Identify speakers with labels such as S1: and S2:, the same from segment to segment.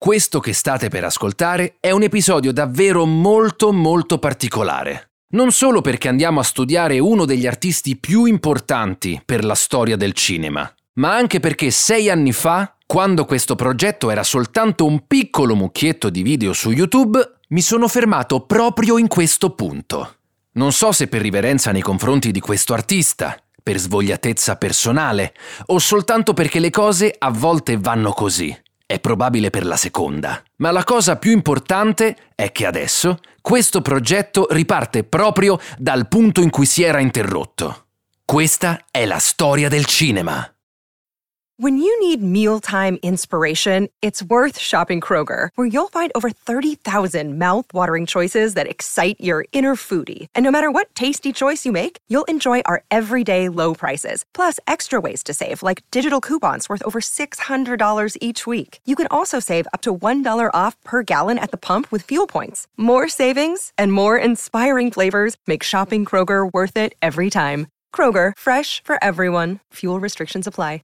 S1: Questo che state per ascoltare è un episodio davvero molto particolare. Non solo perché andiamo a studiare uno degli artisti più importanti per la storia del cinema, ma anche perché 6 anni fa, quando questo progetto era soltanto un piccolo mucchietto di video su YouTube, mi sono fermato proprio in questo punto. Non so se per riverenza nei confronti di questo artista, per svogliatezza personale, o soltanto perché le cose a volte vanno così. È probabile per la seconda. Ma la cosa più importante è che adesso questo progetto riparte proprio dal punto in cui si era interrotto. Questa è la storia del cinema.
S2: When you need mealtime inspiration, it's worth shopping Kroger, where you'll find over 30,000 mouth-watering choices that excite your inner foodie. And no matter what tasty choice you make, you'll enjoy our everyday low prices, plus extra ways to save, like digital coupons worth over $600 each week. You can also save up to $1 off per gallon at the pump with fuel points. More savings and more inspiring flavors make shopping Kroger worth it every time. Kroger, fresh for everyone. Fuel restrictions apply.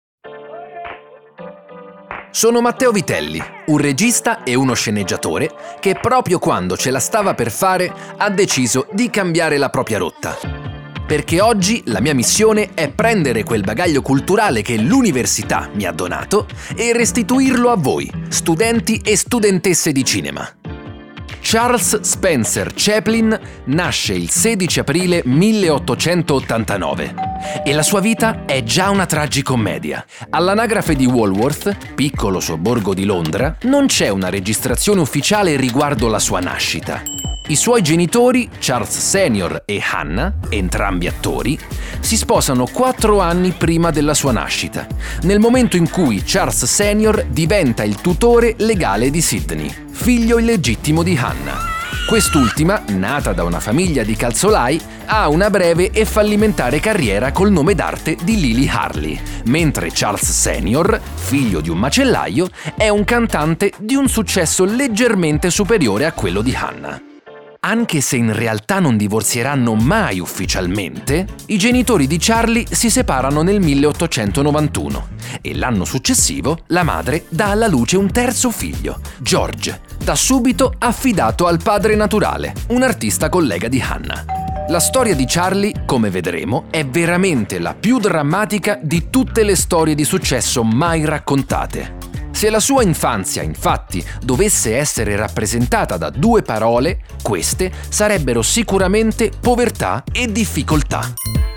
S1: Sono Matteo Vitelli, un regista e uno sceneggiatore che proprio quando ce la stava per fare ha deciso di cambiare la propria rotta. Perché oggi la mia missione è prendere quel bagaglio culturale che l'università mi ha donato e restituirlo a voi, studenti e studentesse di cinema. Charles Spencer Chaplin nasce il 16 aprile 1889 e la sua vita è già una tragicommedia. All'anagrafe di Walworth, piccolo sobborgo di Londra, non c'è una registrazione ufficiale riguardo la sua nascita. I suoi genitori, Charles Senior e Hannah, entrambi attori, si sposano 4 anni prima della sua nascita, nel momento in cui Charles Senior diventa il tutore legale di Sidney, figlio illegittimo di Hannah. Quest'ultima, nata da una famiglia di calzolai, ha una breve e fallimentare carriera col nome d'arte di Lily Harley, mentre Charles Senior, figlio di un macellaio, è un cantante di un successo leggermente superiore a quello di Hannah. Anche se in realtà non divorzieranno mai ufficialmente, i genitori di Charlie si separano nel 1891 e l'anno successivo la madre dà alla luce un terzo figlio, George, da subito affidato al padre naturale, un artista collega di Hannah. La storia di Charlie, come vedremo, è veramente la più drammatica di tutte le storie di successo mai raccontate. Se la sua infanzia, infatti, dovesse essere rappresentata da 2 parole, queste sarebbero sicuramente povertà e difficoltà.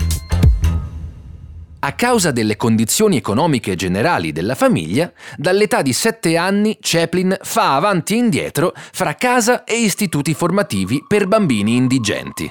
S1: A causa delle condizioni economiche generali della famiglia, dall'età di 7 anni Chaplin fa avanti e indietro fra casa e istituti formativi per bambini indigenti.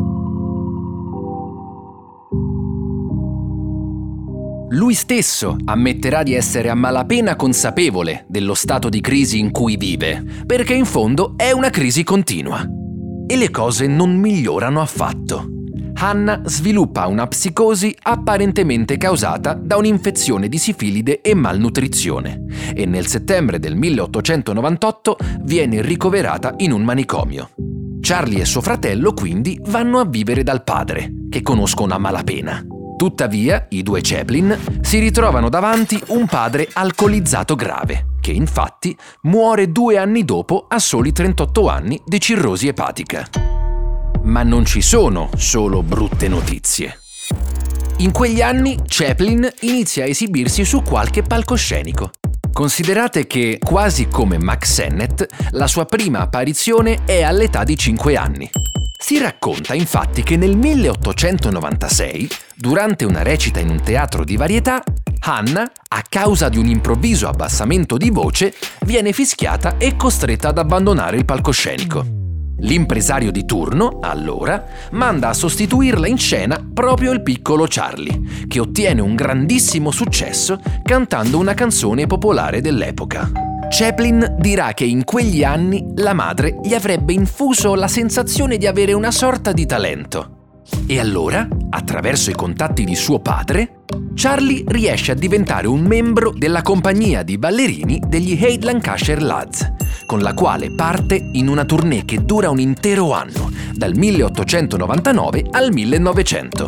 S1: Lui stesso ammetterà di essere a malapena consapevole dello stato di crisi in cui vive, perché in fondo è una crisi continua. E le cose non migliorano affatto. Hannah sviluppa una psicosi apparentemente causata da un'infezione di sifilide e malnutrizione e nel settembre del 1898 viene ricoverata in un manicomio. Charlie e suo fratello quindi vanno a vivere dal padre, che conoscono a malapena. Tuttavia, i 2 Chaplin si ritrovano davanti un padre alcolizzato grave, che infatti muore 2 anni dopo a soli 38 anni di cirrosi epatica. Ma non ci sono solo brutte notizie. In quegli anni Chaplin inizia a esibirsi su qualche palcoscenico. Considerate che, quasi come Mack Sennett, la sua prima apparizione è all'età di 5 anni. Si racconta infatti che nel 1896, durante una recita in un teatro di varietà, Hannah, a causa di un improvviso abbassamento di voce, viene fischiata e costretta ad abbandonare il palcoscenico. L'impresario di turno, allora, manda a sostituirla in scena proprio il piccolo Charlie, che ottiene un grandissimo successo cantando una canzone popolare dell'epoca. Chaplin dirà che in quegli anni la madre gli avrebbe infuso la sensazione di avere una sorta di talento. E allora, attraverso i contatti di suo padre, Charlie riesce a diventare un membro della compagnia di ballerini degli Haight Lancashire Lads, con la quale parte in una tournée che dura un intero anno, dal 1899 al 1900.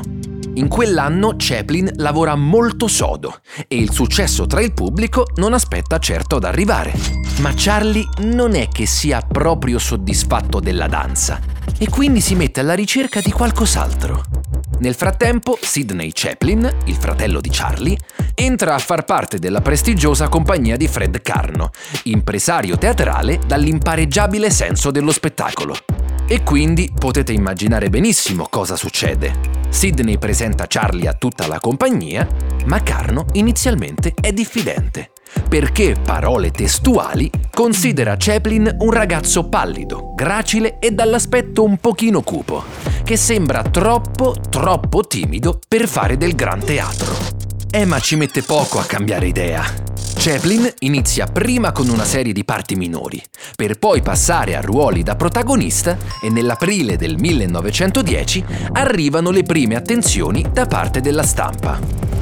S1: In quell'anno Chaplin lavora molto sodo e il successo tra il pubblico non aspetta certo ad arrivare. Ma Charlie non è che sia proprio soddisfatto della danza e quindi si mette alla ricerca di qualcos'altro. Nel frattempo, Sidney Chaplin, il fratello di Charlie, entra a far parte della prestigiosa compagnia di Fred Karno, impresario teatrale dall'impareggiabile senso dello spettacolo. E quindi potete immaginare benissimo cosa succede. Sidney presenta Charlie a tutta la compagnia, ma Karno inizialmente è diffidente, perché, parole testuali, considera Chaplin un ragazzo pallido, gracile e dall'aspetto un pochino cupo, che sembra troppo timido per fare del gran teatro. Ma ci mette poco a cambiare idea. Chaplin inizia prima con una serie di parti minori, per poi passare a ruoli da protagonista e nell'aprile del 1910 arrivano le prime attenzioni da parte della stampa.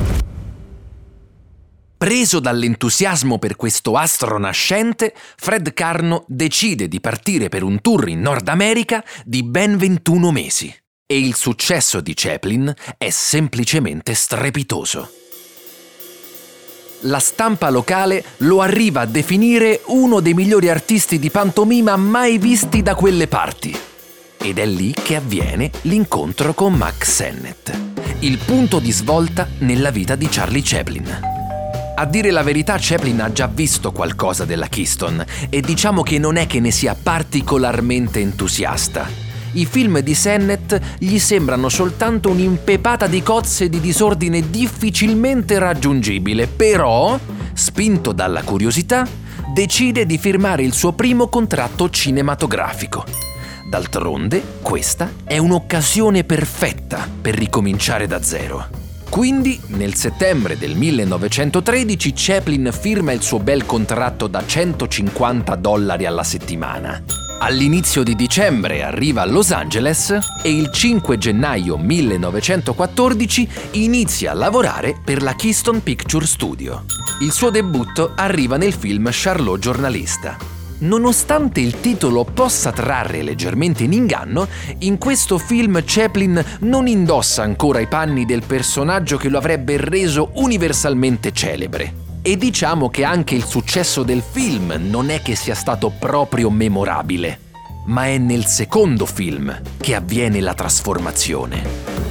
S1: Preso dall'entusiasmo per questo astro nascente, Fred Karno decide di partire per un tour in Nord America di ben 21 mesi. E il successo di Chaplin è semplicemente strepitoso. La stampa locale lo arriva a definire uno dei migliori artisti di pantomima mai visti da quelle parti. Ed è lì che avviene l'incontro con Mack Sennett, il punto di svolta nella vita di Charlie Chaplin. A dire la verità, Chaplin ha già visto qualcosa della Keystone e diciamo che non è che ne sia particolarmente entusiasta. I film di Sennett gli sembrano soltanto un'impepata di cozze di disordine difficilmente raggiungibile, però, spinto dalla curiosità, decide di firmare il suo primo contratto cinematografico. D'altronde, questa è un'occasione perfetta per ricominciare da zero. Quindi, nel settembre del 1913, Chaplin firma il suo bel contratto da $150 alla settimana. All'inizio di dicembre arriva a Los Angeles e il 5 gennaio 1914 inizia a lavorare per la Keystone Picture Studio. Il suo debutto arriva nel film Charlot giornalista. Nonostante il titolo possa trarre leggermente in inganno, in questo film Chaplin non indossa ancora i panni del personaggio che lo avrebbe reso universalmente celebre. E diciamo che anche il successo del film non è che sia stato proprio memorabile, ma è nel secondo film che avviene la trasformazione.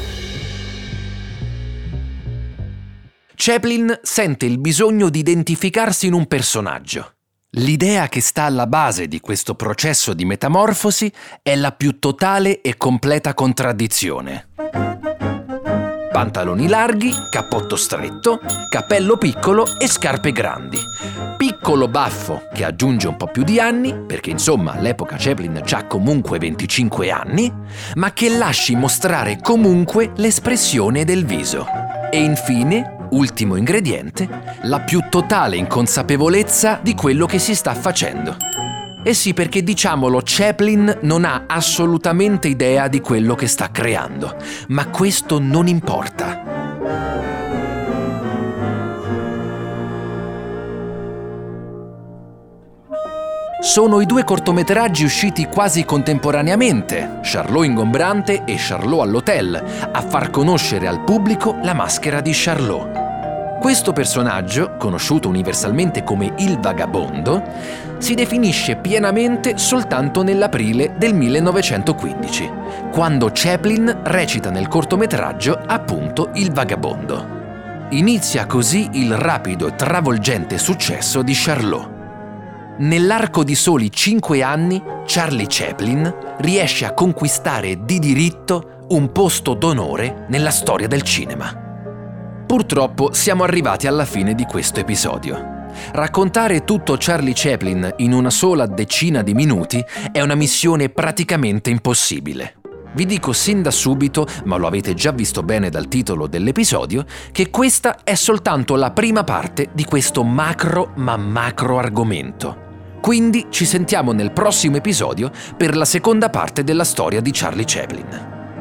S1: Chaplin sente il bisogno di identificarsi in un personaggio. L'idea che sta alla base di questo processo di metamorfosi è la più totale e completa contraddizione. Pantaloni larghi, cappotto stretto, cappello piccolo e scarpe grandi. Piccolo baffo che aggiunge un po' più di anni, perché insomma all'epoca Chaplin c'ha comunque 25 anni, ma che lasci mostrare comunque l'espressione del viso. E infine, ultimo ingrediente, la più totale inconsapevolezza di quello che si sta facendo. Eh sì, perché diciamolo, Chaplin non ha assolutamente idea di quello che sta creando, ma questo non importa. Sono i due cortometraggi usciti quasi contemporaneamente, Charlot ingombrante e Charlot all'hotel, a far conoscere al pubblico la maschera di Charlot. Questo personaggio, conosciuto universalmente come il vagabondo, si definisce pienamente soltanto nell'aprile del 1915, quando Chaplin recita nel cortometraggio appunto il vagabondo. Inizia così il rapido e travolgente successo di Charlot. Nell'arco di soli 5 anni, Charlie Chaplin riesce a conquistare di diritto un posto d'onore nella storia del cinema. Purtroppo siamo arrivati alla fine di questo episodio. Raccontare tutto Charlie Chaplin in una sola decina di minuti è una missione praticamente impossibile. Vi dico sin da subito, ma lo avete già visto bene dal titolo dell'episodio, che questa è soltanto la prima parte di questo macro argomento. Quindi ci sentiamo nel prossimo episodio per la seconda parte della storia di Charlie Chaplin.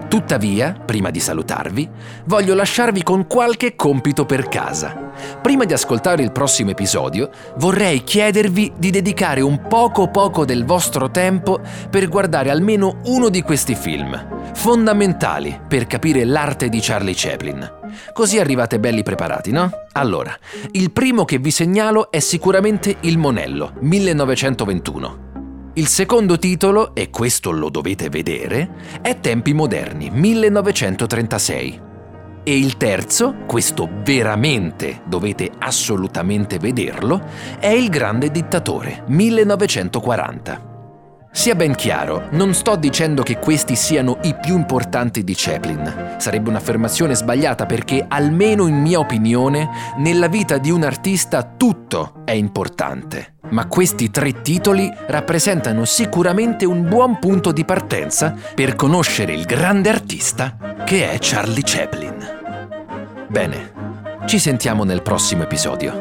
S1: Tuttavia, prima di salutarvi, voglio lasciarvi con qualche compito per casa. Prima di ascoltare il prossimo episodio, vorrei chiedervi di dedicare un poco del vostro tempo per guardare almeno uno di questi film, fondamentali per capire l'arte di Charlie Chaplin. Così arrivate belli preparati, no? Allora, il primo che vi segnalo è sicuramente Il Monello, 1921. Il secondo titolo, e questo lo dovete vedere, è Tempi moderni, 1936. E il terzo, questo veramente dovete assolutamente vederlo, è Il grande dittatore, 1940. Sia ben chiaro, non sto dicendo che questi siano i più importanti di Chaplin. Sarebbe un'affermazione sbagliata perché, almeno in mia opinione, nella vita di un artista tutto è importante. Ma questi 3 titoli rappresentano sicuramente un buon punto di partenza per conoscere il grande artista che è Charlie Chaplin. Bene, ci sentiamo nel prossimo episodio.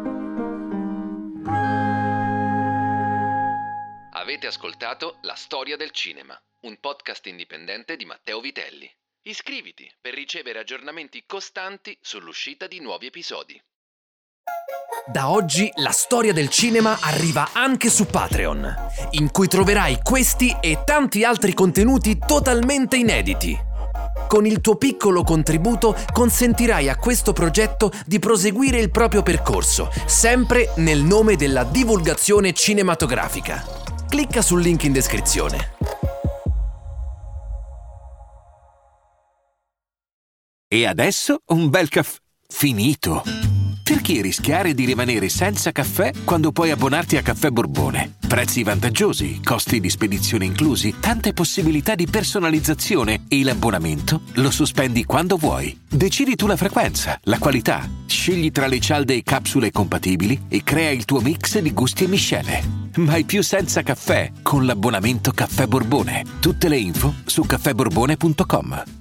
S1: Avete ascoltato La Storia del Cinema, un podcast indipendente di Matteo Vitelli. Iscriviti per ricevere aggiornamenti costanti sull'uscita di nuovi episodi. Da oggi La Storia del Cinema arriva anche su Patreon, in cui troverai questi e tanti altri contenuti totalmente inediti. Con il tuo piccolo contributo consentirai a questo progetto di proseguire il proprio percorso, sempre nel nome della divulgazione cinematografica. Clicca sul link in descrizione.
S3: E adesso un bel caffè finito. Perché rischiare di rimanere senza caffè quando puoi abbonarti a Caffè Borbone? Prezzi vantaggiosi, costi di spedizione inclusi, tante possibilità di personalizzazione e l'abbonamento lo sospendi quando vuoi. Decidi tu la frequenza, la qualità, scegli tra le cialde e capsule compatibili e crea il tuo mix di gusti e miscele. Mai più senza caffè con l'abbonamento Caffè Borbone. Tutte le info su caffèborbone.com.